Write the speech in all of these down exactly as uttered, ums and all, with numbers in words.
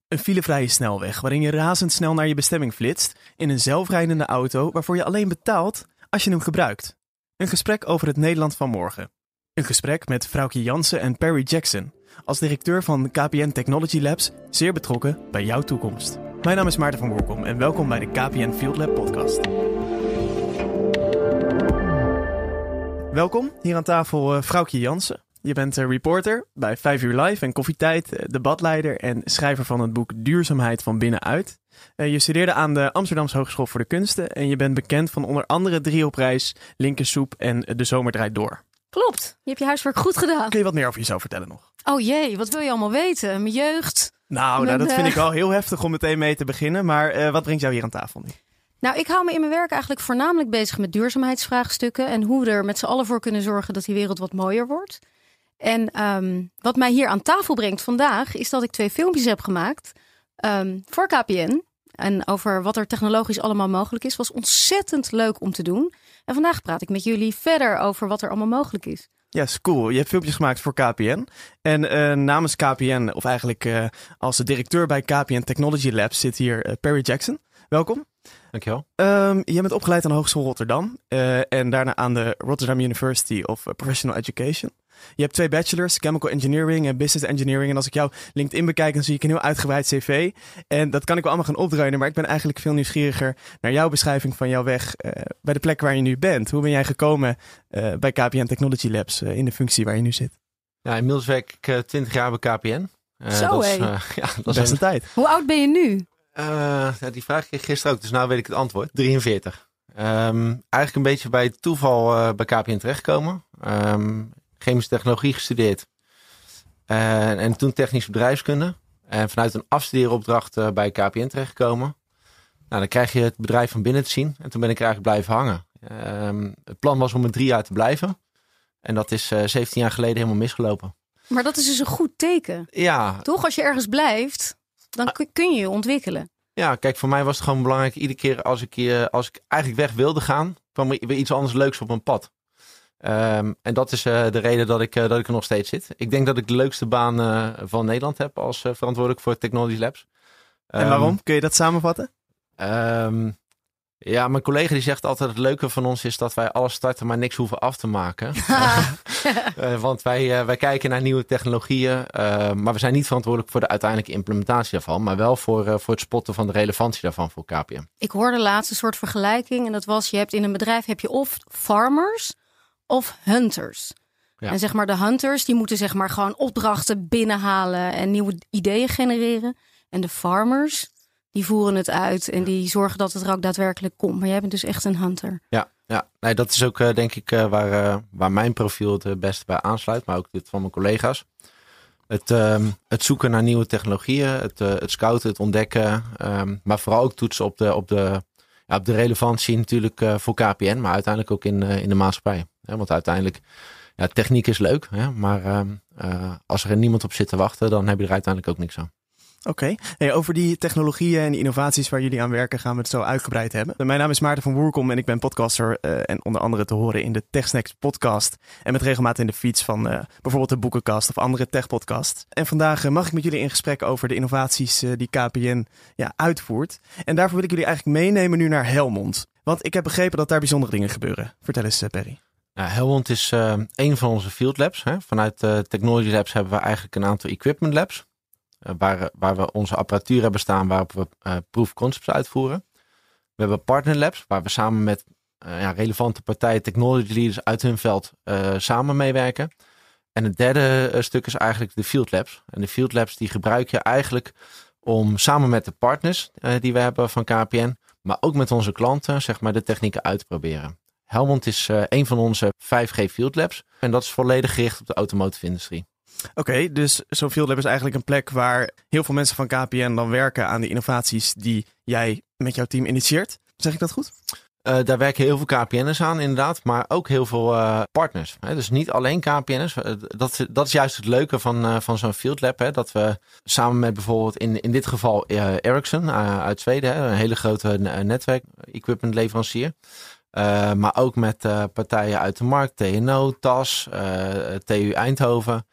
Een filevrije snelweg waarin je razendsnel naar je bestemming flitst in een zelfrijdende auto waarvoor je alleen betaalt als je hem gebruikt. Een gesprek over het Nederland van morgen. Een gesprek met Vroukje Jansen en Perry Jackson, als directeur van K P N Technology Labs, zeer betrokken bij jouw toekomst. Mijn naam is Maarten van Woerkom en welkom bij de K P N Field Lab podcast. Welkom, hier aan tafel uh, Vroukje Jansen. Je bent uh, reporter bij vijf uur Live en Koffietijd, uh, debatleider en schrijver van het boek Duurzaamheid van binnenuit. Uh, je studeerde aan de Amsterdamse Hogeschool voor de Kunsten en je bent bekend van onder andere Drie op reis, Linkersoep en De Zomer draait door. Klopt, je hebt je huiswerk goed gedaan. Kun je wat meer over jezelf vertellen nog? Oh jee, wat wil je allemaal weten? Mijn jeugd? Nou, mijn, nou dat vind uh... ik wel heel heftig om meteen mee te beginnen, maar uh, wat brengt jou hier aan tafel nu? Nou, ik hou me in mijn werk eigenlijk voornamelijk bezig met duurzaamheidsvraagstukken en hoe we er met z'n allen voor kunnen zorgen dat die wereld wat mooier wordt. En um, wat mij hier aan tafel brengt vandaag is dat ik twee filmpjes heb gemaakt um, voor K P N. En over wat er technologisch allemaal mogelijk is. Was ontzettend leuk om te doen. En vandaag praat ik met jullie verder over wat er allemaal mogelijk is. Ja, yes, cool. Je hebt filmpjes gemaakt voor K P N. En uh, namens K P N, of eigenlijk uh, als de directeur bij K P N Technology Labs, zit hier uh, Perry Jackson. Welkom. Dankjewel. Um, je bent opgeleid aan de Hogeschool Rotterdam. Uh, en daarna aan de Rotterdam University of Professional Education. Je hebt twee bachelors, Chemical Engineering en Business Engineering. En als ik jouw LinkedIn bekijk, dan zie ik een heel uitgebreid cv. En dat kan ik wel allemaal gaan opdreunen. Maar ik ben eigenlijk veel nieuwsgieriger naar jouw beschrijving van jouw weg uh, bij de plek waar je nu bent. Hoe ben jij gekomen uh, bij K P N Technology Labs uh, in de functie waar je nu zit? Ja, inmiddels werk ik uh, twintig jaar bij K P N. Uh, Zo dat hé. is, uh, ja, dat Best is een tijd. Hoe oud ben je nu? Uh, ja, die vraag kreeg ik gisteren ook, dus nou weet ik het antwoord. drieënveertig. Um, eigenlijk een beetje bij toeval uh, bij K P N terechtgekomen. Um, chemische technologie gestudeerd. Uh, en toen technische bedrijfskunde. En vanuit een afstudeeropdracht uh, bij K P N terechtgekomen. Nou, dan krijg je het bedrijf van binnen te zien. En toen ben ik er eigenlijk blijven hangen. Um, het plan was om er drie jaar te blijven. En dat is uh, zeventien jaar geleden helemaal misgelopen. Maar dat is dus een goed teken. Ja. Toch, als je ergens blijft, dan kun je je ontwikkelen. Ja, kijk, voor mij was het gewoon belangrijk. Iedere keer als ik, uh, als ik eigenlijk weg wilde gaan, kwam er weer iets anders leuks op mijn pad. Um, en dat is uh, de reden dat ik, uh, dat ik er nog steeds zit. Ik denk dat ik de leukste baan uh, van Nederland heb als uh, verantwoordelijk voor Technology Labs. Um, En waarom? Kun je dat samenvatten? Um, ja, mijn collega die zegt altijd het leuke van ons is dat wij alles starten, maar niks hoeven af te maken. uh, want wij, uh, wij kijken naar nieuwe technologieën, uh, maar we zijn niet verantwoordelijk voor de uiteindelijke implementatie daarvan, maar wel voor, uh, voor het spotten van de relevantie daarvan voor K P N. Ik hoorde laatst een soort vergelijking en dat was, je hebt in een bedrijf heb je of farmers of hunters. Ja. En zeg maar de hunters die moeten zeg maar gewoon opdrachten binnenhalen en nieuwe ideeën genereren. En de farmers die voeren het uit en die zorgen dat het er ook daadwerkelijk komt. Maar jij bent dus echt een hunter. Ja, ja. Nee, dat is ook uh, denk ik uh, waar, uh, waar mijn profiel het uh, beste bij aansluit. Maar ook dit van mijn collega's. Het, um, het zoeken naar nieuwe technologieën. Het, uh, het scouten, het ontdekken. Um, maar vooral ook toetsen op de, op de, ja, op de relevantie natuurlijk uh, voor K P N. Maar uiteindelijk ook in, uh, in de maatschappij. Ja, want uiteindelijk, ja, techniek is leuk. Hè, maar um, uh, als er niemand op zit te wachten, dan heb je er uiteindelijk ook niks aan. Oké, okay. Hey, over die technologieën en die innovaties waar jullie aan werken gaan we het zo uitgebreid hebben. Mijn naam is Maarten van Woerkom en ik ben podcaster uh, en onder andere te horen in de TechSnacks podcast. En met regelmaat in de feeds van uh, bijvoorbeeld de Boekenkast of andere techpodcasts. En vandaag uh, mag ik met jullie in gesprek over de innovaties uh, die K P N ja, uitvoert. En daarvoor wil ik jullie eigenlijk meenemen nu naar Helmond. Want ik heb begrepen dat daar bijzondere dingen gebeuren. Vertel eens uh, Perry. Nou, Helmond is uh, een van onze field labs. Hè. Vanuit uh, Technology Labs hebben we eigenlijk een aantal equipment labs. Uh, waar, waar we onze apparatuur hebben staan waarop we uh, proof concepts uitvoeren. We hebben partner labs waar we samen met uh, ja, relevante partijen, technology leaders uit hun veld uh, samen meewerken. En het derde uh, stuk is eigenlijk de field labs. En de field labs die gebruik je eigenlijk om samen met de partners uh, die we hebben van K P N, maar ook met onze klanten zeg maar de technieken uit te proberen. Helmond is uh, een van onze vijf G field labs en dat is volledig gericht op de automotive industrie. Oké, okay, dus zo'n field lab is eigenlijk een plek waar heel veel mensen van K P N dan werken aan de innovaties die jij met jouw team initieert. Zeg ik dat goed? Uh, daar werken heel veel K P N'ers aan inderdaad, maar ook heel veel uh, partners. Hè? Dus niet alleen K P N'ers. Uh, dat, dat is juist het leuke van, uh, van zo'n field lab. Hè? Dat we samen met bijvoorbeeld in, in dit geval uh, Ericsson uh, uit Zweden, hè? Een hele grote uh, netwerk equipment leverancier. Uh, maar ook met uh, partijen uit de markt, T N O, T A S, uh, T U Eindhoven.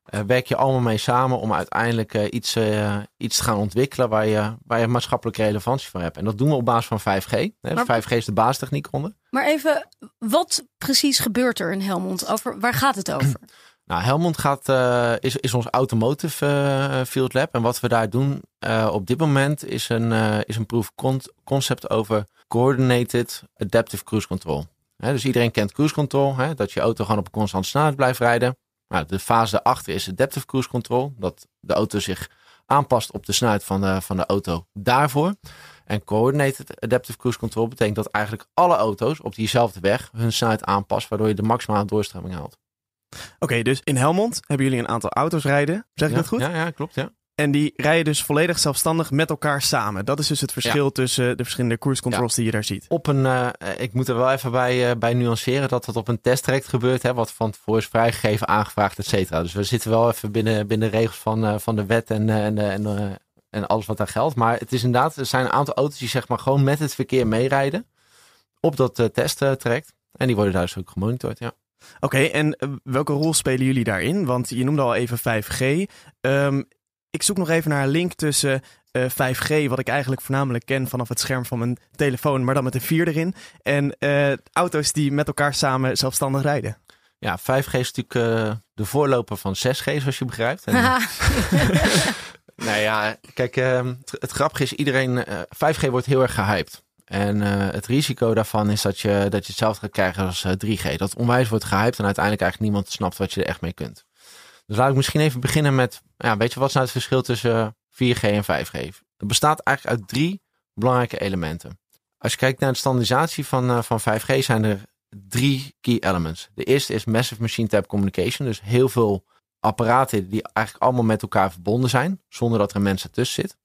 uh, werk je allemaal mee samen om uiteindelijk uh, iets, uh, iets te gaan ontwikkelen waar je, waar je maatschappelijke relevantie van hebt. En dat doen we op basis van vijf G. Hè? Maar, vijf G is de basistechniek onder. Maar even, wat precies gebeurt er in Helmond? Over, waar gaat het over? Nou, Helmond gaat, uh, is, is ons automotive uh, field lab. En wat we daar doen uh, op dit moment is een, uh, is een proof concept over coordinated adaptive cruise control. He, dus iedereen kent cruise control, he, dat je auto gewoon op een constante snelheid blijft rijden. Nou, de fase daarachter is adaptive cruise control, dat de auto zich aanpast op de snelheid van de, van de auto daarvoor. En coordinated adaptive cruise control betekent dat eigenlijk alle auto's op diezelfde weg hun snelheid aanpassen, waardoor je de maximale doorstroming haalt. Oké, okay, dus in Helmond hebben jullie een aantal auto's rijden. Zeg ik ja, dat goed? Ja, ja, klopt. Ja. En die rijden dus volledig zelfstandig met elkaar samen. Dat is dus het verschil ja. tussen de verschillende cruise controls ja. die je daar ziet. Op een, uh, ik moet er wel even bij, uh, bij nuanceren dat dat op een testtrack gebeurt. Hè, wat van tevoren is vrijgegeven, aangevraagd, et cetera. Dus we zitten wel even binnen, binnen de regels van, uh, van de wet en, uh, en, uh, en, uh, en alles wat daar geldt. Maar het is inderdaad, er zijn een aantal auto's die zeg maar gewoon met het verkeer meerijden. Op dat uh, testtrack. En die worden daar dus ook gemonitord, ja. Oké, okay, en uh, welke rol spelen jullie daarin? Want je noemde al even vijf G. Um, ik zoek nog even naar een link tussen uh, vijf G, wat ik eigenlijk voornamelijk ken vanaf het scherm van mijn telefoon, maar dan met een vier erin. En uh, auto's die met elkaar samen zelfstandig rijden. Ja, vijf G is natuurlijk uh, de voorloper van zes G, zoals je begrijpt. En, nou ja, kijk, uh, het, het grappige is, iedereen, uh, vijf G wordt heel erg gehyped. En uh, het risico daarvan is dat je, dat je hetzelfde gaat krijgen als uh, drie G. Dat onwijs wordt gehyped en uiteindelijk eigenlijk niemand snapt wat je er echt mee kunt. Dus laat ik misschien even beginnen met, ja, weet je, wat is nou het verschil tussen uh, vier G en vijf G? Het bestaat eigenlijk uit drie belangrijke elementen. Als je kijkt naar de standaardisatie van, uh, van vijf G zijn er drie key elements. De eerste is Massive Machine Type Communication. Dus heel veel apparaten die eigenlijk allemaal met elkaar verbonden zijn, zonder dat er een mens ertussen zit.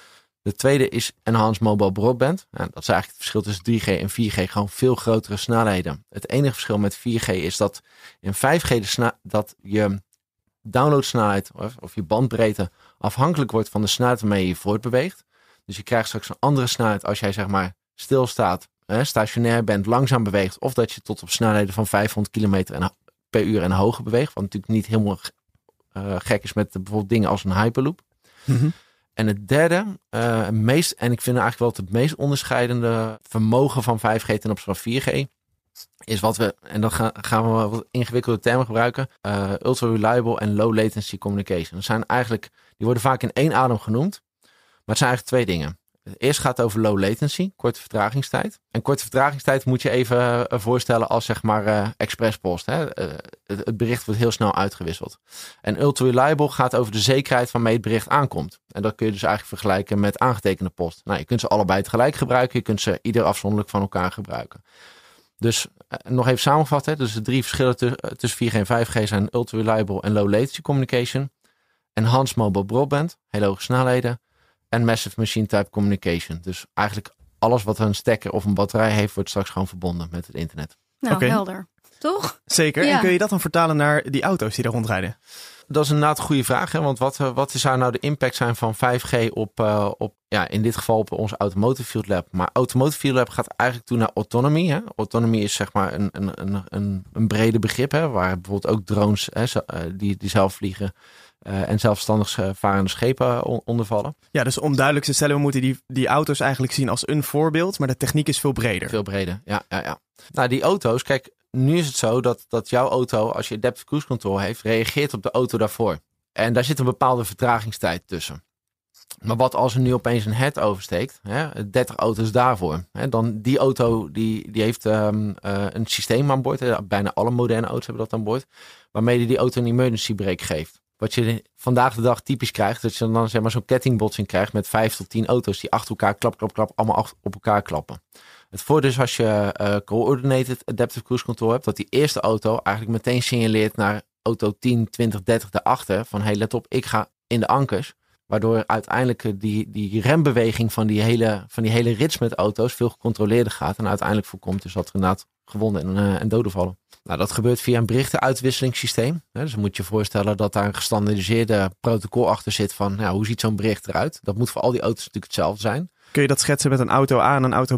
De tweede is Enhanced Mobile Broadband. Nou, dat is eigenlijk het verschil tussen drie G en vier G. Gewoon veel grotere snelheden. Het enige verschil met vier G is dat in vijf G de sna- dat je downloadsnelheid of, of je bandbreedte afhankelijk wordt van de snelheid waarmee je je voortbeweegt. Dus je krijgt straks een andere snelheid als jij zeg maar stilstaat, hè, stationair bent, langzaam beweegt. Of dat je tot op snelheden van vijfhonderd kilometer per uur en hoger beweegt. Wat natuurlijk niet helemaal uh, gek is met bijvoorbeeld dingen als een Hyperloop. Mm-hmm. En het derde, uh, meest, en ik vind eigenlijk wel het meest onderscheidende vermogen van vijf G ten opzichte van vier G, is wat we, en dan gaan, gaan we wat ingewikkelde termen gebruiken, uh, ultra reliable en low latency communication. Dat zijn eigenlijk, die worden vaak in één adem genoemd, maar het zijn eigenlijk twee dingen. Eerst gaat het over low latency, korte vertragingstijd. En korte vertragingstijd moet je even uh, voorstellen als zeg maar uh, expresspost. Hè? Uh, het, het bericht wordt heel snel uitgewisseld. En ultra reliable gaat over de zekerheid waarmee het bericht aankomt. En dat kun je dus eigenlijk vergelijken met aangetekende post. Nou, je kunt ze allebei tegelijk gebruiken. Je kunt ze ieder afzonderlijk van elkaar gebruiken. Dus uh, nog even samenvatten. Dus de drie verschillen tussen, uh, tussen vier G en vijf G zijn ultra reliable en low latency communication. Enhanced mobile broadband, hele hoge snelheden. En Massive Machine Type Communication. Dus eigenlijk alles wat een stekker of een batterij heeft, wordt straks gewoon verbonden met het internet. Nou, okay. helder. Toch? Zeker. Ja. En kun je dat dan vertalen naar die auto's die daar rondrijden? Dat is inderdaad een goede vraag. Hè? Want wat, wat zou nou de impact zijn van vijf G op, uh, op ja, in dit geval op onze Automotive Field Lab. Maar Automotive Field Lab gaat eigenlijk toe naar autonomy. Hè? Autonomy is zeg maar een, een, een, een brede begrip. Hè? Waar bijvoorbeeld ook drones hè, die, die zelf vliegen. Uh, en zelfstandig varende schepen on- onder vallen. Ja, dus om duidelijk te stellen, we moeten die, die auto's eigenlijk zien als een voorbeeld, maar de techniek is veel breder. Veel breder, ja, ja, ja. Nou, die auto's, kijk, nu is het zo dat, dat jouw auto, als je adaptive cruise control heeft, reageert op de auto daarvoor. En daar zit een bepaalde vertragingstijd tussen. Maar wat als er nu opeens een head oversteekt, hè, dertig auto's daarvoor. Hè, dan die auto die, die heeft um, uh, een systeem aan boord. Hè, bijna alle moderne auto's hebben dat aan boord. Waarmee die, die auto een emergency brake geeft. Wat je vandaag de dag typisch krijgt, dat je dan zeg maar zo'n kettingbotsing krijgt met vijf tot tien auto's die achter elkaar klap, klap, klap, allemaal op elkaar klappen. Het voordeel is als je uh, coordinated adaptive cruise control hebt, dat die eerste auto eigenlijk meteen signaleert naar auto tien, twintig, dertig daarachter van hey, let op, ik ga in de ankers. Waardoor uiteindelijk die, die rembeweging van die, hele, van die hele rits met auto's veel gecontroleerder gaat. En uiteindelijk voorkomt dus dat er inderdaad gewonden en, uh, en doden vallen. Nou, dat gebeurt via een berichtenuitwisselingssysteem. Dus dan moet je je voorstellen dat daar een gestandaardiseerde protocol achter zit van nou, hoe ziet zo'n bericht eruit. Dat moet voor al die auto's natuurlijk hetzelfde zijn. Kun je dat schetsen met een auto A en een auto B?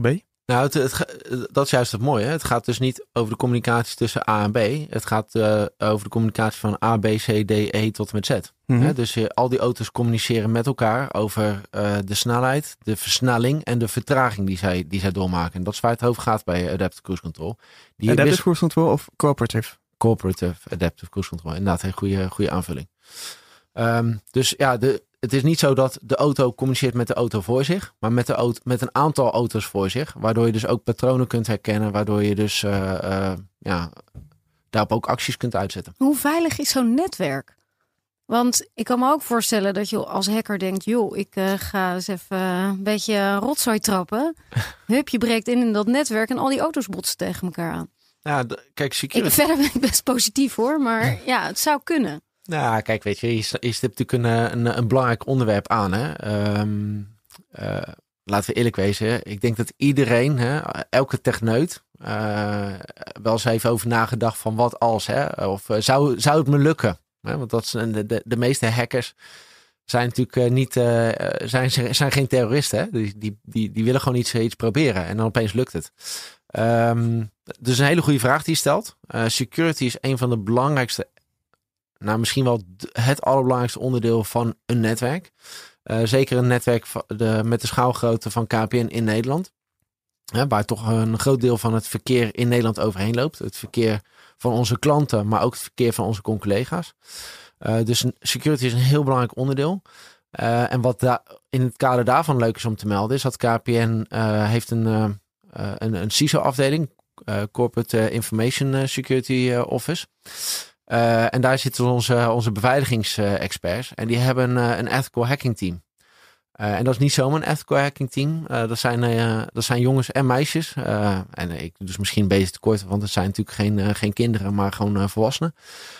Nou, het, het, dat is juist het mooie. Hè? Het gaat dus niet over de communicatie tussen A en B. Het gaat uh, over de communicatie van A, B, C, D, E tot en met Z. Mm-hmm. Hè? Dus uh, al die auto's communiceren met elkaar over uh, de snelheid, de versnelling en de vertraging die zij, die zij doormaken. En dat is waar het over gaat bij Adaptive Cruise Control. Die Adaptive wist... Cruise Control of Cooperative? Cooperative Adaptive Cruise Control. Inderdaad, een goede, goede aanvulling. Um, dus ja, de, het is niet zo dat de auto communiceert met de auto voor zich, maar met, de auto, met een aantal auto's voor zich. Waardoor je dus ook patronen kunt herkennen, waardoor je dus uh, uh, ja, daarop ook acties kunt uitzetten. Hoe veilig is zo'n netwerk? Want ik kan me ook voorstellen dat je als hacker denkt, joh, ik uh, ga eens even een beetje rotzooi trappen. Hup, je breekt in in dat netwerk en al die auto's botsen tegen elkaar aan. Ja, de, kijk, security... ik, verder ben ik best positief hoor, maar ja, het zou kunnen. Nou, kijk, weet je, je, je stipt natuurlijk een, een, een belangrijk onderwerp aan. Hè? Um, uh, laten we eerlijk wezen. Ik denk dat iedereen, hè, elke techneut, uh, wel eens even over nagedacht van wat als. Hè? Of uh, zou, zou het me lukken? Hè? Want dat zijn de, de, de meeste hackers zijn natuurlijk uh, niet, uh, zijn, zijn geen terroristen. Hè? Die, die, die, die willen gewoon iets, iets proberen en dan opeens lukt het. Um, dus een hele goede vraag die je stelt. Uh, security is een van de belangrijkste, nou misschien wel het allerbelangrijkste onderdeel van een netwerk. Uh, zeker een netwerk de, met de schaalgrootte van K P N in Nederland. Hè, waar toch een groot deel van het verkeer in Nederland overheen loopt. Het verkeer van onze klanten, maar ook het verkeer van onze collega's. Uh, dus security is een heel belangrijk onderdeel. Uh, en wat da- in het kader daarvan leuk is om te melden, is dat K P N uh, heeft een, uh, een, een C I S O-afdeling. Uh, Corporate Information Security uh, Office. Uh, en daar zitten onze, onze beveiligingsexperts. En die hebben uh, een ethical hacking team. Uh, en dat is niet zomaar een ethical hacking team. Uh, dat, zijn, uh, dat zijn jongens en meisjes. Uh, en ik doe dus misschien een beetje tekort, want het zijn natuurlijk geen, uh, geen kinderen, maar gewoon uh, volwassenen.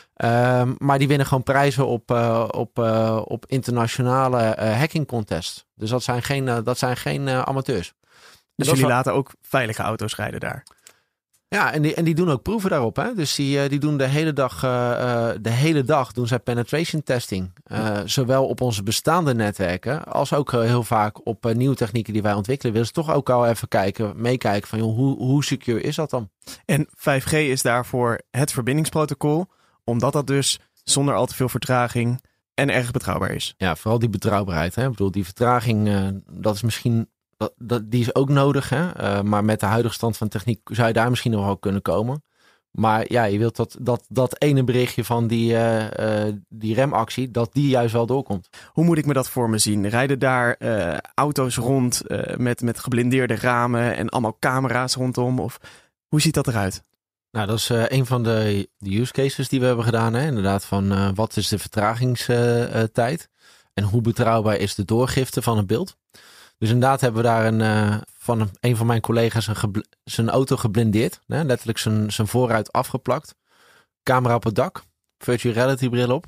Uh, maar die winnen gewoon prijzen op, uh, op, uh, op internationale uh, hacking contests. Dus dat zijn geen, uh, dat zijn geen uh, amateurs. Dus jullie laten ook veilige auto's rijden daar? Ja, en die, en die doen ook proeven daarop. Hè? Dus die, die doen de hele dag, uh, uh, de hele dag doen zij penetration testing. Uh, zowel op onze bestaande netwerken als ook uh, heel vaak op uh, nieuwe technieken die wij ontwikkelen. Willen ze toch ook al even kijken, meekijken van joh, hoe, hoe secure is dat dan? En vijf G is daarvoor het verbindingsprotocol, omdat dat dus zonder al te veel vertraging en erg betrouwbaar is. Ja, vooral die betrouwbaarheid. Hè? Ik bedoel, die vertraging, uh, dat is misschien... Dat, dat, die is ook nodig, hè? Uh, maar met de huidige stand van techniek zou je daar misschien nog wel kunnen komen. Maar ja, je wilt dat, dat, dat ene berichtje van die, uh, uh, die remactie, dat die juist wel doorkomt. Hoe moet ik me dat voor me zien? Rijden daar uh, auto's rond uh, met, met geblindeerde ramen en allemaal camera's rondom? Of hoe ziet dat eruit? Nou, dat is uh, een van de, de use cases die we hebben gedaan. Hè? Inderdaad, van uh, wat is de vertragingstijd? Uh, en hoe betrouwbaar is de doorgifte van het beeld? Dus inderdaad hebben we daar een, uh, van een, een van mijn collega's een gebl- zijn auto geblindeerd. Hè? Letterlijk zijn, zijn voorruit afgeplakt. Camera op het dak. Virtual reality bril op.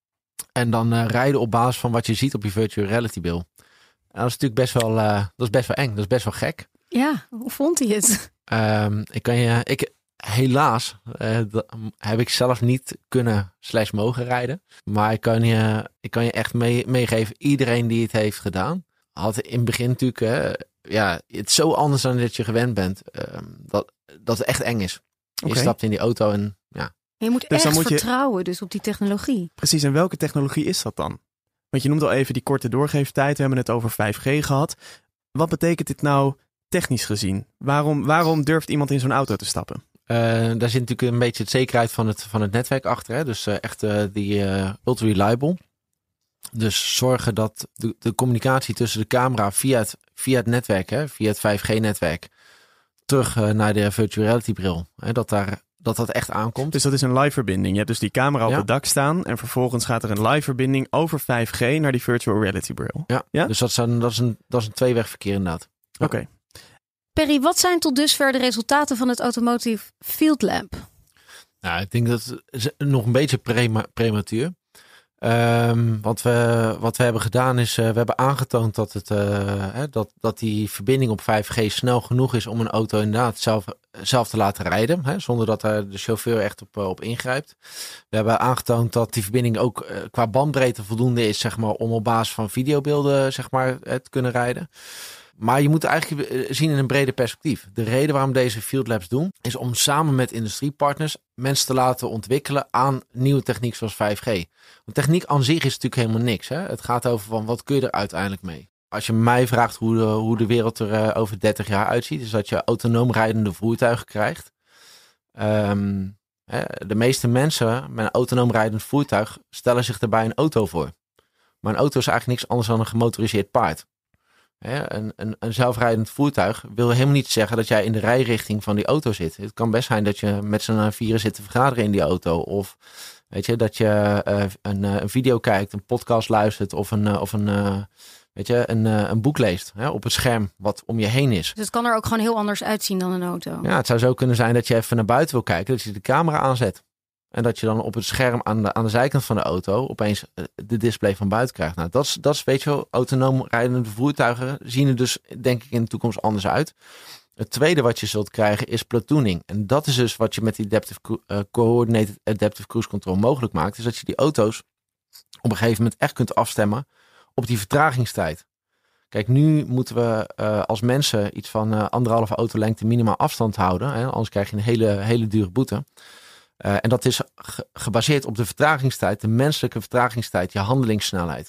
En dan uh, rijden op basis van wat je ziet op je virtual reality bril. En dat is natuurlijk best wel, uh, dat is best wel eng. Dat is best wel gek. Ja, hoe vond hij het? Um, ik kan je, ik, helaas uh, dat, heb ik zelf niet kunnen slash mogen rijden. Maar ik kan je, ik kan je echt mee, meegeven. Iedereen die het heeft gedaan, had in het begin natuurlijk, hè, ja, het is zo anders dan dat je gewend bent, uh, dat, dat het echt eng is. Je okay. stapt in die auto en ja. Je moet dus echt moet vertrouwen je... dus op die technologie. Precies, en welke technologie is dat dan? Want je noemt al even die korte doorgeeftijd, we hebben het over vijf G gehad. Wat betekent dit nou technisch gezien? Waarom, waarom durft iemand in zo'n auto te stappen? Uh, daar zit natuurlijk een beetje het zekerheid van het, van het netwerk achter. Hè? Dus uh, echt uh, die uh, ultra reliable. Dus zorgen dat de, de communicatie tussen de camera via het, via het netwerk, hè, via het vijf G netwerk, terug uh, naar de virtual reality bril. Hè, dat, daar, dat dat echt aankomt. Dus dat is een live verbinding. Je hebt dus die camera op ja. het dak staan en vervolgens gaat er een live verbinding over vijf G naar die virtual reality bril. Ja, ja? Dus dat is een, dat is een, dat is een tweewegverkeer inderdaad. Ja. Oké. Okay. Perry, wat zijn tot dusver de resultaten van het Automotive Field Lab? Nou, ik denk dat het nog een beetje prema- prematuur. Um, wat, we, wat we hebben gedaan is, uh, we hebben aangetoond dat, het, uh, hè, dat, dat die verbinding op vijf G snel genoeg is om een auto inderdaad zelf, zelf te laten rijden. Hè, zonder dat er de chauffeur echt op, op ingrijpt. We hebben aangetoond dat die verbinding ook uh, qua bandbreedte voldoende is, zeg maar, om op basis van videobeelden, zeg maar, te kunnen rijden. Maar je moet het eigenlijk zien in een breder perspectief. De reden waarom deze Field Labs doen, is om samen met industriepartners mensen te laten ontwikkelen aan nieuwe techniek zoals vijf G. Want techniek aan zich is natuurlijk helemaal niks. Hè? Het gaat over van wat kun je er uiteindelijk mee. Als je mij vraagt hoe de, hoe de wereld er uh, over dertig jaar uitziet, is dat je autonoom rijdende voertuigen krijgt. Um, hè, de meeste mensen met een autonoom rijdend voertuig stellen zich daarbij een auto voor. Maar een auto is eigenlijk niks anders dan een gemotoriseerd paard. Hè, een, een, een zelfrijdend voertuig wil helemaal niet zeggen dat jij in de rijrichting van die auto zit. Het kan best zijn dat je met z'n vieren zit te vergaderen in die auto. Of weet je, dat je uh, een, een video kijkt, een podcast luistert of een... Uh, of een uh, Weet je, een, een boek leest hè, op het scherm wat om je heen is. Dus het kan er ook gewoon heel anders uitzien dan een auto. Ja, het zou zo kunnen zijn dat je even naar buiten wil kijken. Dat je de camera aanzet. En dat je dan op het scherm aan de, aan de zijkant van de auto opeens de display van buiten krijgt. Nou, dat is, dat is weet je wel, autonoom rijdende voertuigen zien er dus denk ik in de toekomst anders uit. Het tweede wat je zult krijgen is platooning. En dat is dus wat je met die adaptive, uh, Coordinated Adaptive Cruise Control mogelijk maakt. Is dat je die auto's op een gegeven moment echt kunt afstemmen op die vertragingstijd. Kijk, nu moeten we uh, als mensen iets van uh, anderhalve autolengte minimaal afstand houden. Hè? Anders krijg je een hele, hele dure boete. Uh, en dat is ge- gebaseerd op de vertragingstijd, de menselijke vertragingstijd, je handelingssnelheid.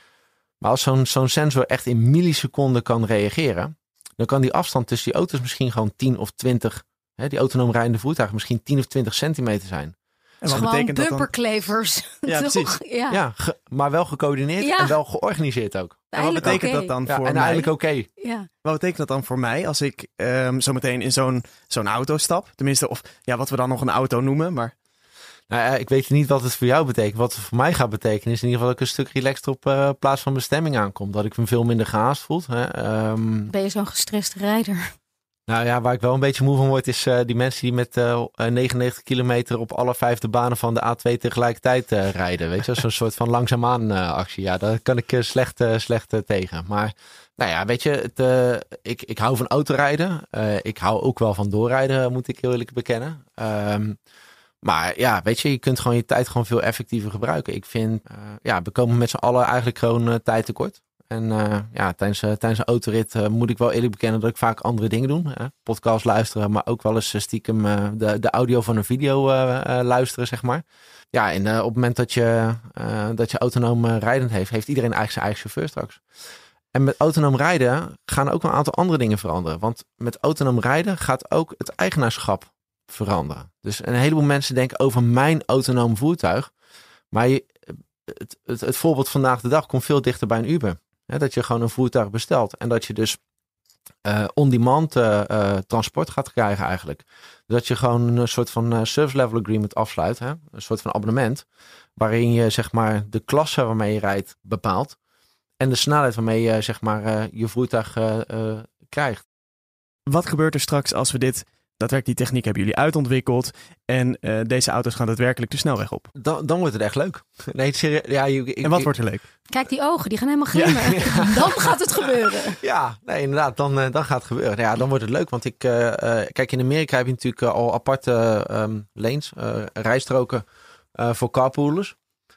Maar als zo'n, zo'n sensor echt in milliseconden kan reageren, dan kan die afstand tussen die auto's misschien gewoon tien of twintig, hè, die autonoom rijdende voertuigen misschien tien of twintig centimeter zijn. En wat gewoon betekent bumperklevers. Dat dan? Ja, precies. Ja, ja ge, maar wel gecoördineerd ja. en wel georganiseerd ook. En wat betekent okay. dat dan ja, voor en mij? eigenlijk oké. Okay. Ja. Wat betekent dat dan voor mij als ik um, zo meteen in zo'n, zo'n auto stap? Tenminste, of ja, wat we dan nog een auto noemen, maar... Nou ja, ik weet niet wat het voor jou betekent. Wat het voor mij gaat betekenen is in ieder geval dat ik een stuk relaxed op uh, plaats van bestemming aankom. Dat ik me veel minder gehaast voel. Hè. Um... Ben je zo'n gestreste rijder? Nou ja, waar ik wel een beetje moe van word is uh, die mensen die met uh, negenennegentig kilometer op alle vijfde banen van de A twee tegelijkertijd uh, rijden. Weet je, zo'n soort van langzaamaan uh, actie. Ja, daar kan ik uh, slecht, uh, slecht uh, tegen. Maar nou ja, weet je, het, uh, ik, ik hou van autorijden. Uh, ik hou ook wel van doorrijden, moet ik heel eerlijk bekennen. Um, maar ja, weet je, je kunt gewoon je tijd gewoon veel effectiever gebruiken. Ik vind, uh, ja, we komen met z'n allen eigenlijk gewoon uh, tijd tekort. En uh, ja, tijdens, uh, tijdens een autorit uh, moet ik wel eerlijk bekennen dat ik vaak andere dingen doe. Hè? Podcast luisteren, maar ook wel eens stiekem uh, de, de audio van een video uh, uh, luisteren, zeg maar. Ja, en uh, op het moment dat je, uh, dat je autonoom uh, rijdend heeft, heeft iedereen eigenlijk zijn eigen chauffeur straks. En met autonoom rijden gaan ook een aantal andere dingen veranderen. Want met autonoom rijden gaat ook het eigenaarschap veranderen. Dus een heleboel mensen denken over mijn autonoom voertuig. Maar je, het, het, het voorbeeld vandaag de dag komt veel dichter bij een Uber. He, dat je gewoon een voertuig bestelt. En dat je dus uh, on-demand uh, uh, transport gaat krijgen eigenlijk. Dat je gewoon een soort van uh, service level agreement afsluit. Hè? Een soort van abonnement. Waarin je zeg maar de klasse waarmee je rijdt bepaalt. En de snelheid waarmee je zeg maar uh, je voertuig uh, uh, krijgt. Wat gebeurt er straks als we dit... Daadwerkelijk die techniek hebben jullie uitontwikkeld. En uh, deze auto's gaan daadwerkelijk de snelweg op. Dan, dan wordt het echt leuk. Nee, serieus, ja, ik, ik, en wat ik, wordt er leuk? Kijk, die ogen, die gaan helemaal glimmen. Ja, ja. Dan gaat het gebeuren. Ja, nee, inderdaad, dan, uh, dan gaat het gebeuren. Ja, dan wordt het leuk. Want ik, uh, uh, kijk, in Amerika heb je natuurlijk uh, al aparte um, lanes, uh, rijstroken uh, voor carpoolers.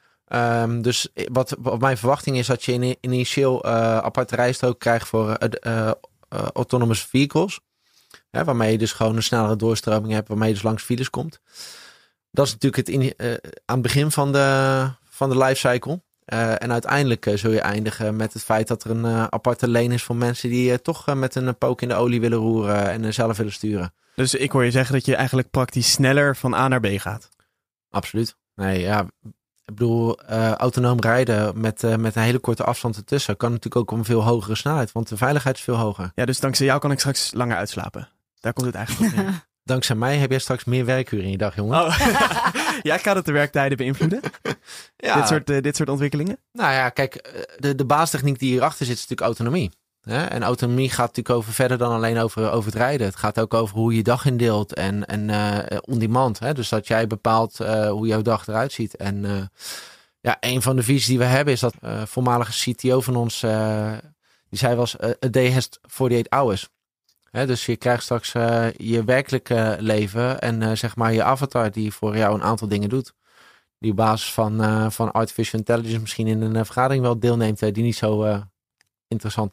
Um, dus wat, wat mijn verwachting is dat je in, initieel uh, aparte rijstrook krijgt voor uh, uh, uh, autonomous vehicles. Ja, waarmee je dus gewoon een snellere doorstroming hebt, waarmee je dus langs files komt. Dat is natuurlijk het in, uh, aan het begin van de, van de lifecycle. Uh, en uiteindelijk uh, zul je eindigen met het feit dat er een uh, aparte lane is voor mensen die uh, toch uh, met een pook in de olie willen roeren en uh, zelf willen sturen. Dus ik hoor je zeggen dat je eigenlijk praktisch sneller van A naar B gaat. Absoluut. Nee, ja, ik bedoel, uh, autonoom rijden met, uh, met een hele korte afstand ertussen kan natuurlijk ook om een veel hogere snelheid, want de veiligheid is veel hoger. Ja, dus dankzij jou kan ik straks langer uitslapen. Daar komt het eigenlijk op neer. Dankzij mij heb jij straks meer werkuren in je dag, jongen. Oh. Ja, gaat het de werktijden beïnvloeden? Ja. Dit soort, uh, dit soort ontwikkelingen? Nou ja, kijk, de, de baastechniek die hierachter zit is natuurlijk autonomie. Hè? En autonomie gaat natuurlijk over verder dan alleen over, over het rijden. Het gaat ook over hoe je je dag indeelt en, en uh, on-demand. Hè? Dus dat jij bepaalt uh, hoe jouw dag eruit ziet. En uh, ja, een van de visies die we hebben is dat uh, voormalige C T O van ons, uh, die zei was, uh, a day has forty-eight hours. He, dus je krijgt straks uh, je werkelijke leven en uh, zeg maar je avatar die voor jou een aantal dingen doet. Die op basis van, uh, van artificial intelligence misschien in een uh, vergadering wel deelneemt uh, die niet zo uh, interessant is.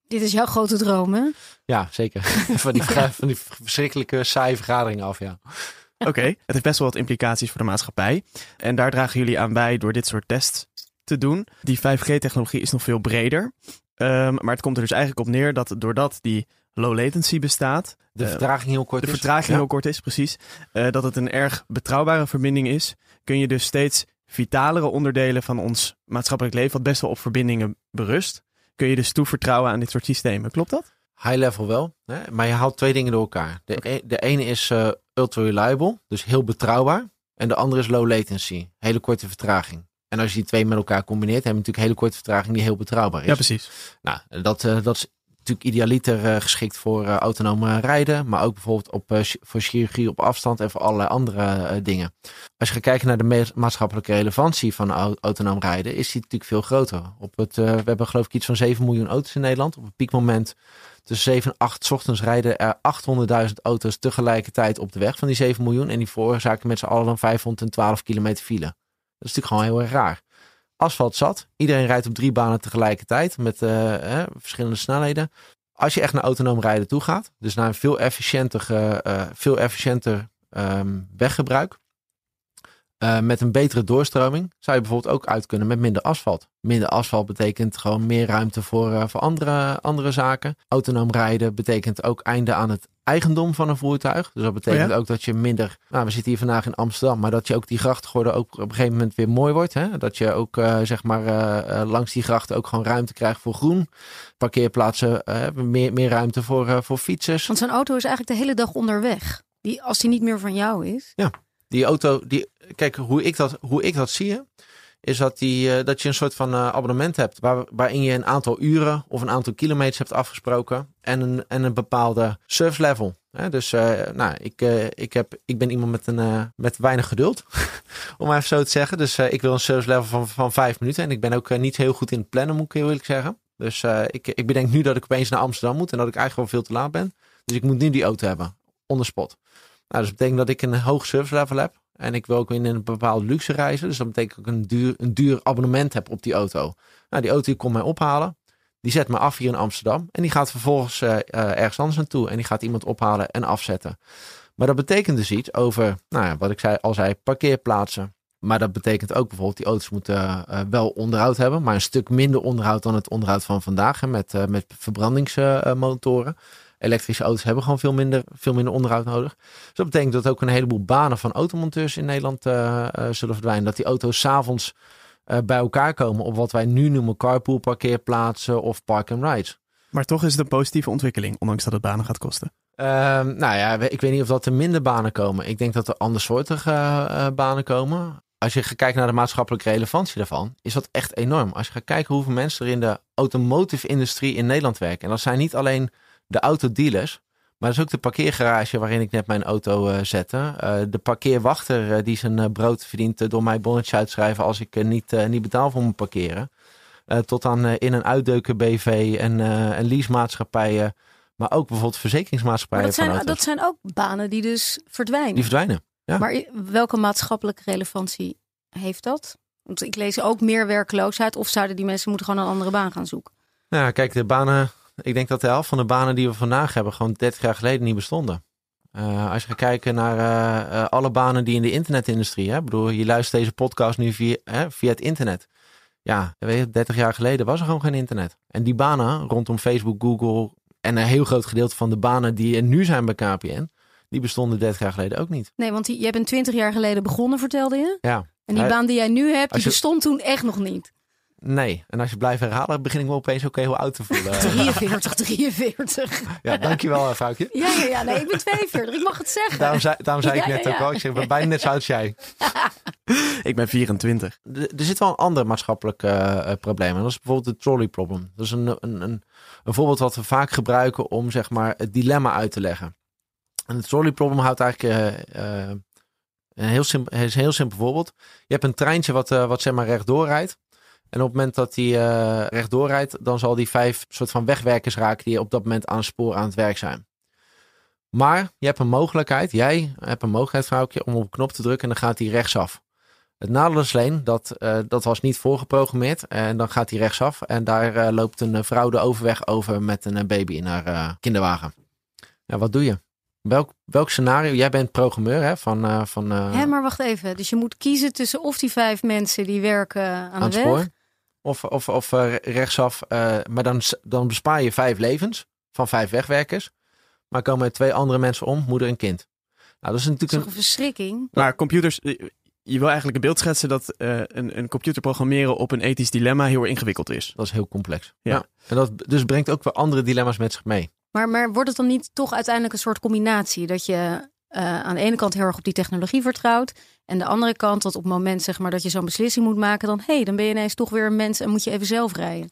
Dit is jouw grote droom, hè? Ja, zeker. van, die, van die verschrikkelijke saaie vergaderingen af, ja. Oké, okay, het heeft best wel wat implicaties voor de maatschappij. En daar dragen jullie aan bij door dit soort tests te doen. Die vijf G-technologie is nog veel breder. Um, maar het komt er dus eigenlijk op neer dat doordat die low latency bestaat... De uh, vertraging heel kort de is. De vertraging ja. heel kort is, precies. Uh, dat het een erg betrouwbare verbinding is. Kun je dus steeds vitalere onderdelen van ons maatschappelijk leven... wat best wel op verbindingen berust... kun je dus toevertrouwen aan dit soort systemen. Klopt dat? High level wel, hè? Maar je haalt twee dingen door elkaar. De, okay. e- de ene is uh, ultra reliable, dus heel betrouwbaar. En de andere is low latency, hele korte vertraging. En als je die twee met elkaar combineert, heb je natuurlijk een hele korte vertraging die heel betrouwbaar is. Ja, precies. Nou, dat, uh, dat is natuurlijk idealiter uh, geschikt voor uh, autonome rijden, maar ook bijvoorbeeld op, uh, voor chirurgie op afstand en voor allerlei andere uh, dingen. Als je gaat kijken naar de me- maatschappelijke relevantie van au- autonoom rijden, is die natuurlijk veel groter. Op het, uh, we hebben geloof ik iets van zeven miljoen auto's in Nederland. Op het piekmoment tussen zeven en acht 's ochtends rijden er achthonderdduizend auto's tegelijkertijd op de weg van die zeven miljoen. En die veroorzaken met z'n allen dan vijfhonderdtwaalf kilometer file. Dat is natuurlijk gewoon heel erg raar. Asfalt zat. Iedereen rijdt op drie banen tegelijkertijd met uh, eh, verschillende snelheden. Als je echt naar autonoom rijden toe gaat, dus naar een veel efficiënter, uh, veel efficiënter um, weggebruik, uh, met een betere doorstroming, zou je bijvoorbeeld ook uit kunnen met minder asfalt. Minder asfalt betekent gewoon meer ruimte voor, uh, voor andere, andere zaken. Autonoom rijden betekent ook einde aan het eigendom van een voertuig. Dus dat betekent oh ja? ook dat je minder... Nou, we zitten hier vandaag in Amsterdam, maar dat je ook die grachtgordel ook op een gegeven moment weer mooi wordt. Hè? Dat je ook uh, zeg maar uh, uh, langs die grachten ook gewoon ruimte krijgt voor groen. Parkeerplaatsen, uh, meer, meer ruimte voor, uh, voor fietsers. Want zo'n auto is eigenlijk de hele dag onderweg. Die, als die niet meer van jou is. Ja, die auto... Die, kijk, hoe ik dat, hoe ik dat zie... is dat, die, uh, dat je een soort van uh, abonnement hebt... Waar, waarin je een aantal uren of een aantal kilometers hebt afgesproken... en een, en een bepaalde service level. Hè? Dus uh, nou, ik, uh, ik, heb, ik ben iemand met, een, uh, met weinig geduld, om maar even zo te zeggen. Dus uh, ik wil een service level van, van vijf minuten... en ik ben ook uh, niet heel goed in het plannen, moet ik heel eerlijk zeggen. Dus uh, ik, ik bedenk nu dat ik opeens naar Amsterdam moet... en dat ik eigenlijk wel veel te laat ben. Dus ik moet nu die auto hebben, on the spot. Nou, dus dat betekent dat ik een hoog service level heb... En ik wil ook in een bepaalde luxe reizen. Dus dat betekent dat ik een duur, een duur abonnement heb op die auto. Nou, die auto die komt mij ophalen. Die zet me af hier in Amsterdam. En die gaat vervolgens uh, uh, ergens anders naartoe. En die gaat iemand ophalen en afzetten. Maar dat betekent dus iets over, nou ja, wat ik zei, al zei, parkeerplaatsen. Maar dat betekent ook bijvoorbeeld, die auto's moeten uh, wel onderhoud hebben. Maar een stuk minder onderhoud dan het onderhoud van vandaag. Hè, met, uh, met verbrandingsmotoren. Uh, Elektrische auto's hebben gewoon veel minder, veel minder onderhoud nodig. Dus dat betekent dat ook een heleboel banen van automonteurs in Nederland uh, uh, zullen verdwijnen. Dat die auto's 's avonds uh, bij elkaar komen op wat wij nu noemen carpool parkeerplaatsen of park and rides. Maar toch is het een positieve ontwikkeling, ondanks dat het banen gaat kosten. Uh, nou ja, ik weet niet of dat er minder banen komen. Ik denk dat er andersoortige uh, banen komen. Als je gaat kijken naar de maatschappelijke relevantie daarvan, is dat echt enorm. Als je gaat kijken hoeveel mensen er in de automotive industrie in Nederland werken. En dat zijn niet alleen de autodealers, maar dat is ook de parkeergarage waarin ik net mijn auto uh, zette. Uh, de parkeerwachter uh, die zijn uh, brood verdient uh, door mij bonnetjes uit te schrijven als ik uh, niet, uh, niet betaal voor mijn parkeren. Uh, tot aan uh, in- en uitdeuken B V en, uh, en leasemaatschappijen. Maar ook bijvoorbeeld verzekeringsmaatschappijen. Maar dat, zijn, van auto's. dat zijn ook banen die dus verdwijnen. Die verdwijnen, ja. Maar welke maatschappelijke relevantie heeft dat? Want ik lees ook meer werkloosheid. Of zouden die mensen moeten gewoon een andere baan gaan zoeken? Nou, kijk, de banen... Ik denk dat de helft van de banen die we vandaag hebben gewoon dertig jaar geleden niet bestonden. Uh, als je gaat kijken naar uh, uh, alle banen die in de internetindustrie... Hè, ik bedoel, je luistert deze podcast nu via, hè, via het internet. Ja, weet je, dertig jaar geleden was er gewoon geen internet. En die banen rondom Facebook, Google... en een heel groot gedeelte van de banen die er nu zijn bij K P N... die bestonden dertig jaar geleden ook niet. Nee, want die, jij bent twintig jaar geleden begonnen, vertelde je. Ja. En die uh, baan die jij nu hebt, die je... bestond toen echt nog niet. Nee, en als je blijft herhalen, begin ik me opeens ook heel oud te voelen. drieënveertig, drieënveertig. Ja, dankjewel, vrouwtje. Ja, ja, ja, nee, ik ben tweeënveertig, ik mag het zeggen. Daarom zei, daarom zei ja, ik net ja, ja. ook al, ik zeg, ik ben bijna net zo oud als jij. Ik ben vierentwintig. Er, er zit wel een ander maatschappelijk uh, probleem. En dat is bijvoorbeeld het trolley problem. Dat is een, een, een, een voorbeeld wat we vaak gebruiken om zeg maar het dilemma uit te leggen. En het trolley problem houdt eigenlijk... Uh, uh, een heel simpel, is een heel simpel voorbeeld. Je hebt een treintje wat, uh, wat zeg maar rechtdoor rijdt. En op het moment dat die uh, rechtdoor rijdt, dan zal die vijf soort van wegwerkers raken die op dat moment aan het spoor aan het werk zijn. Maar je hebt een mogelijkheid, jij hebt een mogelijkheid, vrouwtje, om op een knop te drukken en dan gaat die rechtsaf. Het nadeel is alleen, dat, uh, dat was niet voorgeprogrammeerd. En dan gaat hij rechtsaf en daar uh, loopt een vrouw de overweg over met een baby in haar uh, kinderwagen. Ja, wat doe je? Welk, welk scenario? Jij bent programmeur, hè? Van, uh, van, uh, Hé, maar wacht even. Dus je moet kiezen tussen of die vijf mensen die werken aan, aan de het weg. spoor. Of, of, of uh, rechtsaf. Uh, maar dan, dan bespaar je vijf levens van vijf wegwerkers. Maar komen er twee andere mensen om, moeder en kind. Nou, dat is natuurlijk dat is toch een een verschrikking. Maar computers, je wil eigenlijk een beeld schetsen dat uh, een, een computer programmeren op een ethisch dilemma heel erg ingewikkeld is. Dat is heel complex. Ja. Ja. En dat dus brengt ook weer andere dilemma's met zich mee. Maar, maar wordt het dan niet toch uiteindelijk een soort combinatie? Dat je uh, aan de ene kant heel erg op die technologie vertrouwt. En de andere kant dat op het moment zeg maar, dat je zo'n beslissing moet maken. Dan, hé, hey, dan ben je ineens toch weer een mens en moet je even zelf rijden.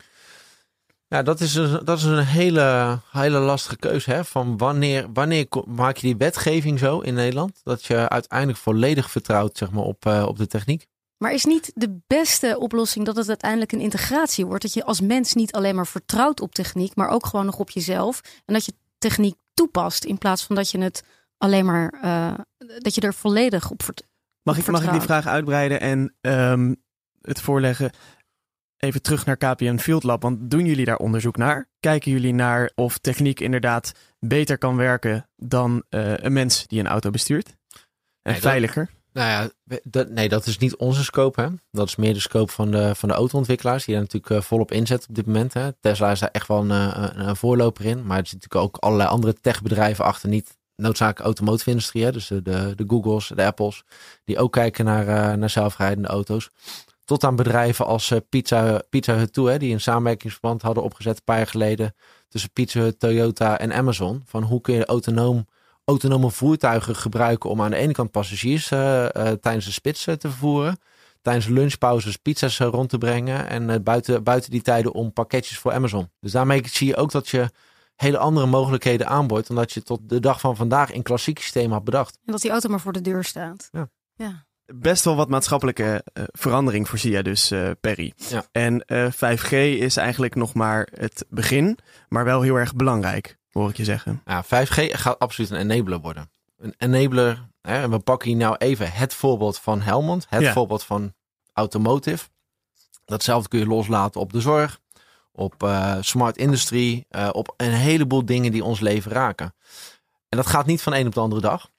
Ja, dat is een, dat is een hele, hele lastige keuze. Hè? Van wanneer, wanneer maak je die wetgeving zo in Nederland? Dat je uiteindelijk volledig vertrouwt zeg maar, op, uh, op de techniek. Maar is niet de beste oplossing dat het uiteindelijk een integratie wordt? Dat je als mens niet alleen maar vertrouwt op techniek, maar ook gewoon nog op jezelf. En dat je techniek toepast in plaats van dat je het alleen maar, uh, dat je er volledig op, vert- mag op ik, mag ik die vraag uitbreiden en um, het voorleggen? Even terug naar K P N Field Lab, want doen jullie daar onderzoek naar? Kijken jullie naar of techniek inderdaad beter kan werken dan uh, een mens die een auto bestuurt? En nee, veiliger? Dat, nou ja, dat, nee, dat is niet onze scope. Hè? Dat is meer de scope van de, van de auto-ontwikkelaars die daar natuurlijk uh, volop inzetten op dit moment. Hè? Tesla is daar echt wel een, een, een voorloper in. Maar er zitten natuurlijk ook allerlei andere techbedrijven achter. Niet noodzakelijk automotive industrie. Hè? Dus de, de, de Googles, de Apples. Die ook kijken naar, uh, naar zelfrijdende auto's. Tot aan bedrijven als uh, Pizza, Pizza Hut toe, hè, die een samenwerkingsverband hadden opgezet een paar jaar geleden tussen Pizza Hut, Toyota en Amazon. Van hoe kun je autonoom, autonome voertuigen gebruiken om aan de ene kant passagiers uh, uh, tijdens de spits uh, te vervoeren. Tijdens lunchpauzes pizza's uh, rond te brengen en uh, buiten, buiten die tijden om pakketjes voor Amazon. Dus daarmee zie je ook dat je hele andere mogelijkheden aanboort dan dat je tot de dag van vandaag in klassieke systemen had bedacht. En dat die auto maar voor de deur staat. Ja. Ja. Best wel wat maatschappelijke uh, verandering voorzie je dus, uh, Perry. Ja. En uh, vijf G is eigenlijk nog maar het begin, maar wel heel erg belangrijk, hoor ik je zeggen. Ja, vijf G gaat absoluut een enabler worden. Een enabler, hè, we pakken hier nou even het voorbeeld van Helmond, het ja. voorbeeld van automotive. Datzelfde kun je loslaten op de zorg, op uh, smart industry, uh, op een heleboel dingen die ons leven raken. En dat gaat niet van een op de andere dag.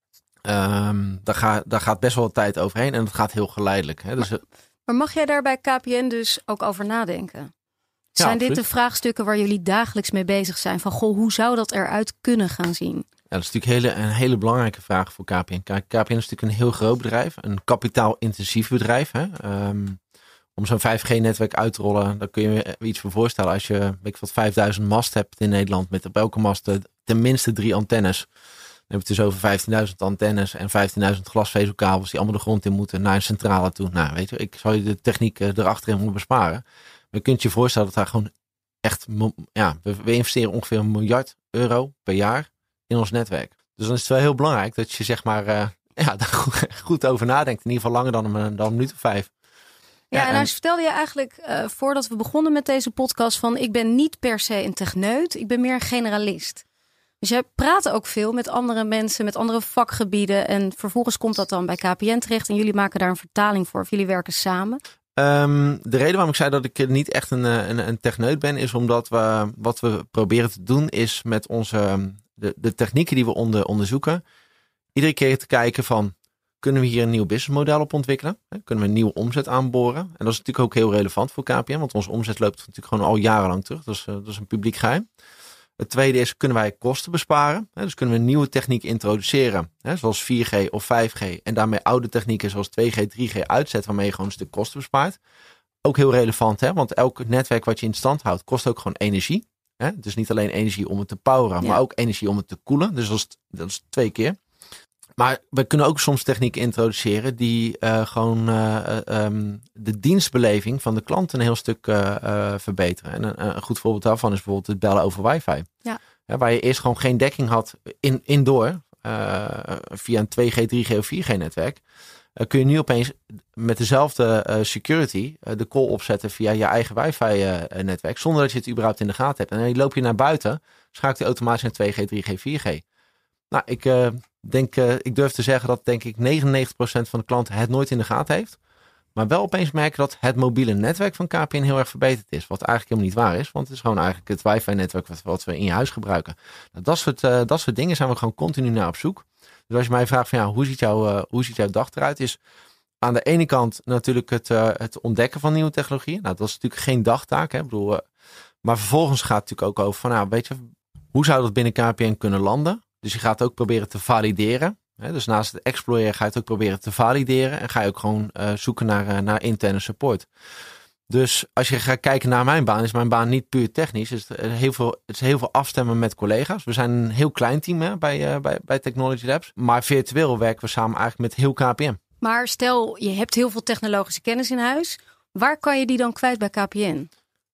Um, daar, ga, daar gaat best wel wat tijd overheen en dat gaat heel geleidelijk. Hè? Dus, maar, maar mag jij daar bij K P N dus ook over nadenken? Ja, zijn absoluut. dit de vraagstukken waar jullie dagelijks mee bezig zijn? Van goh, hoe zou dat eruit kunnen gaan zien? Ja, dat is natuurlijk hele, een hele belangrijke vraag voor K P N. K P N is natuurlijk een heel groot bedrijf, een kapitaalintensief bedrijf. Hè? Um, om zo'n vijf G netwerk uit te rollen, daar kun je je iets voor voorstellen. Als je weet ik wat, vijfduizend mast hebt in Nederland met op elke mast tenminste drie antennes. Dan heb je het dus over vijftienduizend antennes en vijftienduizend glasvezelkabels die allemaal de grond in moeten naar een centrale toe. Nou, weet je, ik zou je de techniek erachterin moeten besparen. Maar je kunt je voorstellen dat daar gewoon echt, ja, we, we investeren ongeveer een miljard euro per jaar in ons netwerk. Dus dan is het wel heel belangrijk dat je zeg maar, uh, ja, daar goed, goed over nadenkt. In ieder geval langer dan een, dan een minuut of vijf. Ja, en nou vertelde je eigenlijk uh, voordat we begonnen met deze podcast van ik ben niet per se een techneut, ik ben meer een generalist. Dus jij praat ook veel met andere mensen, met andere vakgebieden. En vervolgens komt dat dan bij K P N terecht. En jullie maken daar een vertaling voor. Of jullie werken samen. Um, de reden waarom ik zei dat ik niet echt een, een, een techneut ben, is omdat we wat we proberen te doen is met onze de, de technieken die we onder, onderzoeken. Iedere keer te kijken van, kunnen we hier een nieuw businessmodel op ontwikkelen? Kunnen we een nieuwe omzet aanboren? En dat is natuurlijk ook heel relevant voor K P N. Want onze omzet loopt natuurlijk gewoon al jarenlang terug. Dat is, dat is een publiek geheim. Het tweede is, kunnen wij kosten besparen? Dus kunnen we een nieuwe techniek introduceren, zoals vier G of vijf G. En daarmee oude technieken zoals twee G, drie G uitzetten, waarmee je gewoon een stuk kosten bespaart. Ook heel relevant, hè? Want elk netwerk wat je in stand houdt, kost ook gewoon energie. Hè? Dus niet alleen energie om het te poweren, ja. maar ook energie om het te koelen. Dus dat is, dat is twee keer. Maar we kunnen ook soms technieken introduceren die uh, gewoon uh, um, de dienstbeleving van de klant een heel stuk uh, uh, verbeteren. En een, een goed voorbeeld daarvan is bijvoorbeeld het bellen over wifi. Ja. Ja, waar je eerst gewoon geen dekking had in, indoor uh, via een twee G, drie G of vier G netwerk. Uh, kun je nu opeens met dezelfde uh, security uh, de call opzetten via je eigen wifi uh, netwerk. Zonder dat je het überhaupt in de gaten hebt. En dan loop je naar buiten, schakelt je automatisch naar twee G, drie G, vier G. Nou, ik... Uh, denk, uh, ik durf te zeggen dat denk ik negenennegentig procent van de klanten het nooit in de gaten heeft. Maar wel opeens merken dat het mobiele netwerk van K P N heel erg verbeterd is. Wat eigenlijk helemaal niet waar is. Want het is gewoon eigenlijk het wifi-netwerk wat, wat we in je huis gebruiken. Nou, dat, soort, uh, dat soort dingen zijn we gewoon continu naar op zoek. Dus als je mij vraagt van ja, hoe ziet, jou, uh, hoe ziet jouw dag eruit? Is aan de ene kant natuurlijk het, uh, het ontdekken van nieuwe technologieën. Nou, dat is natuurlijk geen dagtaak. Hè? Ik bedoel, uh, maar vervolgens gaat het natuurlijk ook over van nou, weet je, hoe zou dat binnen K P N kunnen landen? Dus je gaat ook proberen te valideren. He, dus naast het exploreren ga je het ook proberen te valideren. En ga je ook gewoon uh, zoeken naar, uh, naar interne support. Dus als je gaat kijken naar mijn baan, is mijn baan niet puur technisch. Het is heel veel, het is heel veel afstemmen met collega's. We zijn een heel klein team hè, bij, uh, bij, bij Technology Labs. Maar virtueel werken we samen eigenlijk met heel K P N. Maar stel, je hebt heel veel technologische kennis in huis. Waar kan je die dan kwijt bij K P N?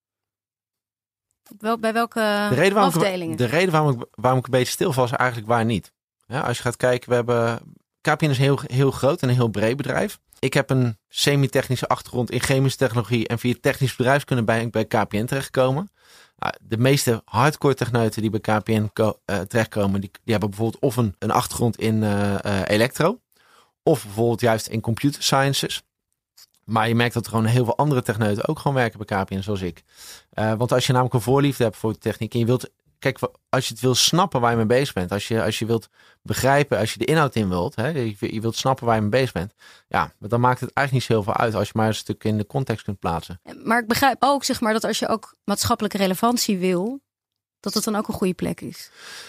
Wel, bij welke de reden afdelingen? Ik, de reden waarom ik, waarom ik een beetje stil was, is eigenlijk waar niet. Ja, als je gaat kijken, we hebben K P N is heel, heel groot en een heel breed bedrijf. Ik heb een semi-technische achtergrond in chemische technologie en via technisch bedrijfskunde ben ik bij K P N terechtgekomen. Nou, de meeste hardcore techneuten die bij K P N ko- uh, terechtkomen, die, die hebben bijvoorbeeld of een, een achtergrond in uh, uh, elektro, of bijvoorbeeld juist in computer sciences. Maar je merkt dat er gewoon heel veel andere techneuten ook gewoon werken bij K P N, zoals ik. Uh, want als je namelijk een voorliefde hebt voor de techniek en je wilt, kijk, als je het wil snappen waar je mee bezig bent, als je, als je wilt begrijpen, als je de inhoud in wilt, hè, je, je wilt snappen waar je mee bezig bent, ja, dan maakt het eigenlijk niet zo heel veel uit als je maar een stuk in de context kunt plaatsen. Maar ik begrijp ook, zeg maar, dat als je ook maatschappelijke relevantie wil, dat het dan ook een goede plek is.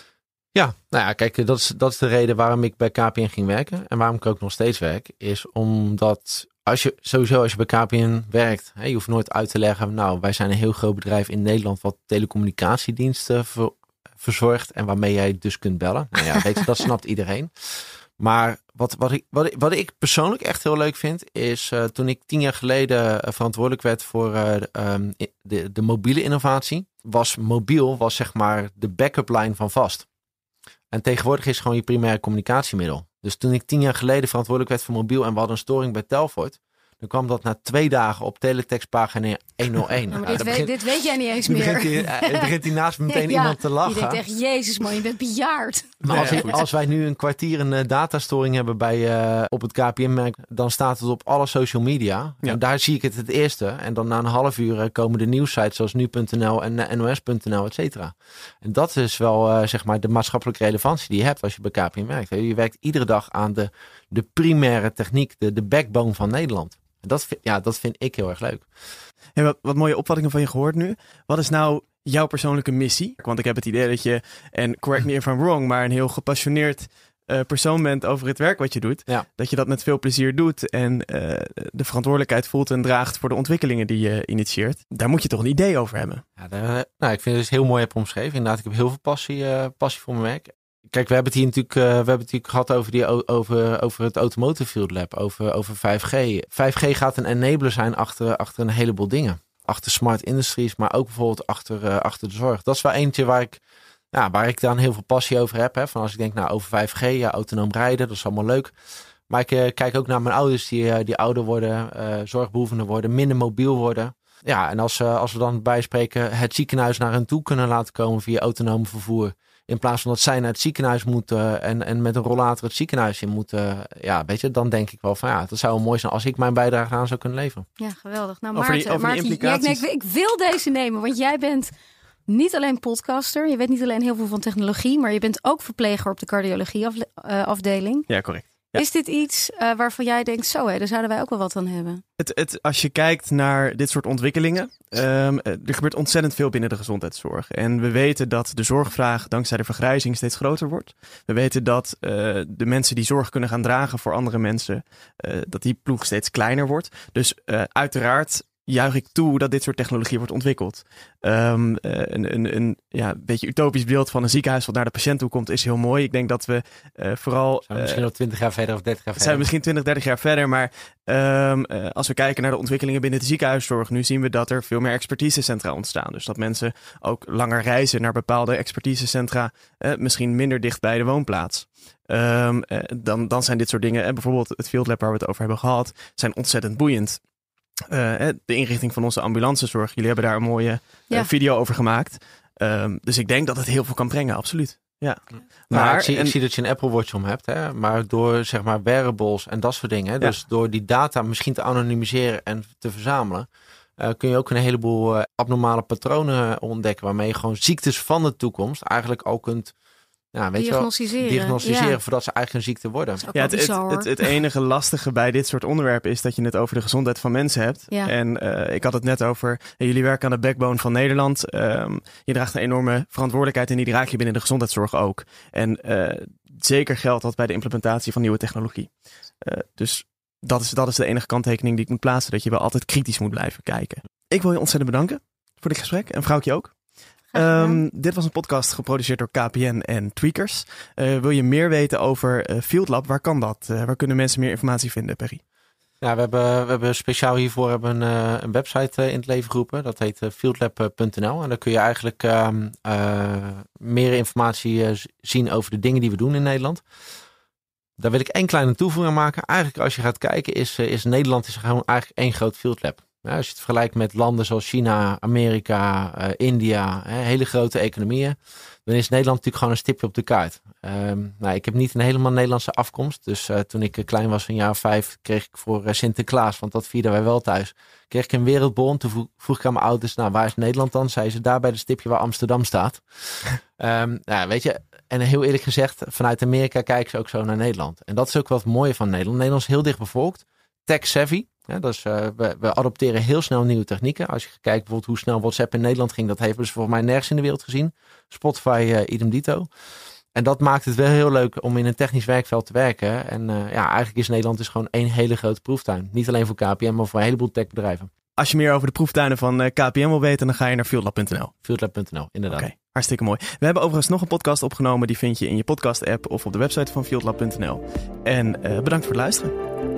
Ja, nou ja, kijk, dat is, dat is de reden waarom ik bij K P N ging werken en waarom ik ook nog steeds werk, is omdat als je sowieso als je bij K P N werkt, hè, je hoeft nooit uit te leggen, nou, wij zijn een heel groot bedrijf in Nederland wat telecommunicatiediensten ver, verzorgt en waarmee jij dus kunt bellen. Nou ja, weet je, dat snapt iedereen. Maar wat, wat, ik, wat, ik, wat ik persoonlijk echt heel leuk vind, is uh, toen ik tien jaar geleden uh, verantwoordelijk werd voor uh, um, de, de mobiele innovatie, was mobiel was zeg maar de backup line van vast. En tegenwoordig is het gewoon je primaire communicatiemiddel. Dus toen ik tien jaar geleden verantwoordelijk werd voor mobiel en we hadden een storing bij Telfort, dan kwam dat na twee dagen op teletextpagina honderdéén. Ja, maar nou, dit, begint, weet, dit weet jij niet eens meer. Begint hier, uh, begint hier naast me meteen ja, iemand te lachen. Je denkt echt, jezus man, je bent bejaard. Maar als, ik, als wij nu een kwartier een uh, datastoring hebben bij, uh, op het K P N-merk, dan staat het op alle social media. Ja. En daar zie ik het het eerste. En dan na een half uur uh, komen de nieuwssites zoals nu punt n l en uh, N O S punt n l, et cetera. En dat is wel uh, zeg maar de maatschappelijke relevantie die je hebt als je bij K P N werkt. Je werkt iedere dag aan de, de primaire techniek, de, de backbone van Nederland. En dat, ja, dat vind ik heel erg leuk. En wat, wat mooie opvattingen van je gehoord nu. Wat is nou jouw persoonlijke missie? Want ik heb het idee dat je, en correct me if I'm wrong, maar een heel gepassioneerd uh, persoon bent over het werk wat je doet. Ja. Dat je dat met veel plezier doet en uh, de verantwoordelijkheid voelt en draagt voor de ontwikkelingen die je initieert. Daar moet je toch een idee over hebben? Ja, daar, nou, ik vind het dus heel mooi heb omschreven. Inderdaad, ik heb heel veel passie, uh, passie voor mijn werk. Kijk, we hebben het hier natuurlijk, uh, we hebben het natuurlijk gehad over, die, over, over het Automotive Field Lab, over, over vijf G. vijf G gaat een enabler zijn achter, achter een heleboel dingen. Achter smart industries, maar ook bijvoorbeeld achter, uh, achter de zorg. Dat is wel eentje waar ik, ja, waar ik dan heel veel passie over heb. Hè. Van als ik denk, nou, over vijf G, ja, autonoom rijden, dat is allemaal leuk. Maar ik uh, kijk ook naar mijn ouders die, uh, die ouder worden, uh, zorgbehoevenden worden, minder mobiel worden. Ja, en als, uh, als we dan bijspreken het ziekenhuis naar hen toe kunnen laten komen via autonoom vervoer, in plaats van dat zij naar het ziekenhuis moeten en, en met een rollator het ziekenhuis in moeten. Ja, weet je, dan denk ik wel van ja, dat zou wel mooi zijn als ik mijn bijdrage aan zou kunnen leveren. Ja, geweldig. Nou, over Maarten, die, over die Maarten implicaties. ja, ik, ik wil deze nemen, want jij bent niet alleen podcaster. Je weet niet alleen heel veel van technologie, maar je bent ook verpleger op de cardiologie afle- uh, afdeling. Ja, correct. Ja. Is dit iets uh, waarvan jij denkt, zo hé, daar zouden wij ook wel wat aan hebben? Het, het, als je kijkt naar dit soort ontwikkelingen, um, er gebeurt ontzettend veel binnen de gezondheidszorg. En we weten dat de zorgvraag dankzij de vergrijzing steeds groter wordt. We weten dat uh, de mensen die zorg kunnen gaan dragen voor andere mensen, uh, dat die ploeg steeds kleiner wordt. Dus uh, uiteraard juich ik toe dat dit soort technologie wordt ontwikkeld. Um, uh, een, een, een ja, beetje utopisch beeld van een ziekenhuis wat naar de patiënt toe komt is heel mooi. Ik denk dat we uh, vooral... Zijn we misschien nog twintig jaar verder of dertig jaar verder? Zijn we misschien twintig, dertig jaar verder. Maar um, uh, als we kijken naar de ontwikkelingen binnen de ziekenhuiszorg, nu zien we dat er veel meer expertisecentra ontstaan. Dus dat mensen ook langer reizen naar bepaalde expertisecentra, uh, misschien minder dicht bij de woonplaats. Um, uh, dan, dan zijn dit soort dingen, uh, bijvoorbeeld het Field Lab waar we het over hebben gehad, zijn ontzettend boeiend. Uh, de inrichting van onze ambulancezorg. Jullie hebben daar een mooie uh, ja. video over gemaakt. Um, dus ik denk dat het heel veel kan brengen, absoluut. Ja. Maar Maar ik, zie, en, ik zie dat je een Apple Watch om hebt, hè? Maar door zeg maar wearables en dat soort dingen, hè? Dus door die data misschien te anonimiseren en te verzamelen, uh, kun je ook een heleboel uh, abnormale patronen ontdekken, waarmee je gewoon ziektes van de toekomst eigenlijk al kunt ja, weet diagnosticeren, je wel, diagnosticeren ja. voordat ze eigenlijk een ziekte worden. ja, het, het, het, het enige lastige bij dit soort onderwerpen is dat je het over de gezondheid van mensen hebt. Ja. En uh, ik had het net over, jullie werken aan de backbone van Nederland. Um, je draagt een enorme verantwoordelijkheid en die draag je binnen de gezondheidszorg ook. En uh, zeker geldt dat bij de implementatie van nieuwe technologie. Uh, dus dat is, dat is de enige kanttekening die ik moet plaatsen, dat je wel altijd kritisch moet blijven kijken. Ik wil je ontzettend bedanken voor dit gesprek en vrouwtje ook. Um, dit was een podcast geproduceerd door K P N en Tweakers. Uh, wil je meer weten over uh, FieldLab? Waar kan dat? Uh, waar kunnen mensen meer informatie vinden, Perry? Ja, we hebben, we hebben speciaal hiervoor hebben een, uh, een website uh, in het leven geroepen. Dat heet uh, fieldlab punt n l. En daar kun je eigenlijk uh, uh, meer informatie uh, zien over de dingen die we doen in Nederland. Daar wil ik één kleine toevoeging aan maken. Eigenlijk als je gaat kijken is, uh, is Nederland is gewoon eigenlijk één groot fieldlab. Ja, als je het vergelijkt met landen zoals China, Amerika, uh, India, hè, hele grote economieën, dan is Nederland natuurlijk gewoon een stipje op de kaart. Um, nou, ik heb niet een helemaal Nederlandse afkomst. Dus uh, toen ik klein was, een jaar of vijf, kreeg ik voor uh, Sinterklaas, want dat vierden wij wel thuis, kreeg ik een wereldbon. Toen vroeg, vroeg ik aan mijn ouders, nou waar is Nederland dan? Zeiden ze, daar bij de stipje waar Amsterdam staat. um, nou, weet je, en heel eerlijk gezegd, vanuit Amerika kijken ze ook zo naar Nederland. En dat is ook wat het mooie van Nederland. Nederland is heel dicht bevolkt, tech-savvy. Ja, dus uh, we, we adopteren heel snel nieuwe technieken. Als je kijkt bijvoorbeeld hoe snel WhatsApp in Nederland ging, dat heeft dus volgens mij nergens in de wereld gezien. Spotify, uh, idem dito. En dat maakt het wel heel leuk om in een technisch werkveld te werken. En uh, ja, eigenlijk is Nederland dus gewoon één hele grote proeftuin. Niet alleen voor K P N, maar voor een heleboel techbedrijven. Als je meer over de proeftuinen van uh, K P N wil weten, dan ga je naar fieldlab punt n l. fieldlab punt n l, inderdaad. Oké, okay, hartstikke mooi. We hebben overigens nog een podcast opgenomen. Die vind je in je podcast app of op de website van fieldlab punt n l. En uh, bedankt voor het luisteren.